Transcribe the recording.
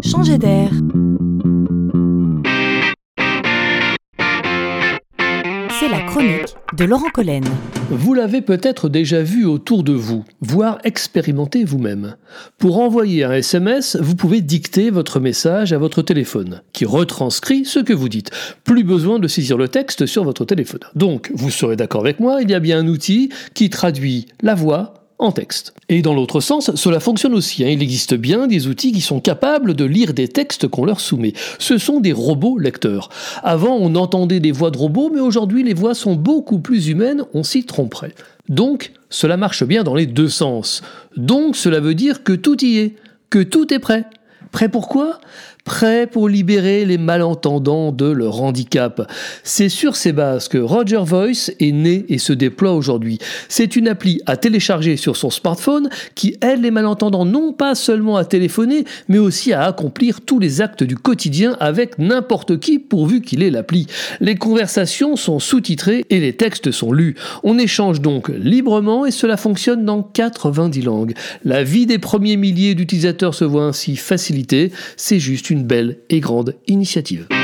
Changer d'air. C'est la chronique de Laurent Collen. Vous l'avez peut-être déjà vu autour de vous, voire expérimenté vous-même. Pour envoyer un SMS, vous pouvez dicter votre message à votre téléphone, qui retranscrit ce que vous dites. Plus besoin de saisir le texte sur votre téléphone. Donc, vous serez d'accord avec moi, il y a bien un outil qui traduit la voix en texte. Et dans l'autre sens, cela fonctionne aussi. Il existe bien des outils qui sont capables de lire des textes qu'on leur soumet. Ce sont des robots lecteurs. Avant, on entendait des voix de robots, mais aujourd'hui, les voix sont beaucoup plus humaines, on s'y tromperait. Donc, cela marche bien dans les deux sens. Donc, cela veut dire que tout y est, que tout est prêt. Prêt pour quoi ? Prêt pour libérer les malentendants de leur handicap. C'est sur ces bases que Roger Voice est né et se déploie aujourd'hui. C'est une appli à télécharger sur son smartphone qui aide les malentendants non pas seulement à téléphoner, mais aussi à accomplir tous les actes du quotidien avec n'importe qui pourvu qu'il ait l'appli. Les conversations sont sous-titrées et les textes sont lus. On échange donc librement et cela fonctionne dans 90 langues. La vie des premiers milliers d'utilisateurs se voit ainsi facilitée. C'est juste une belle et grande initiative.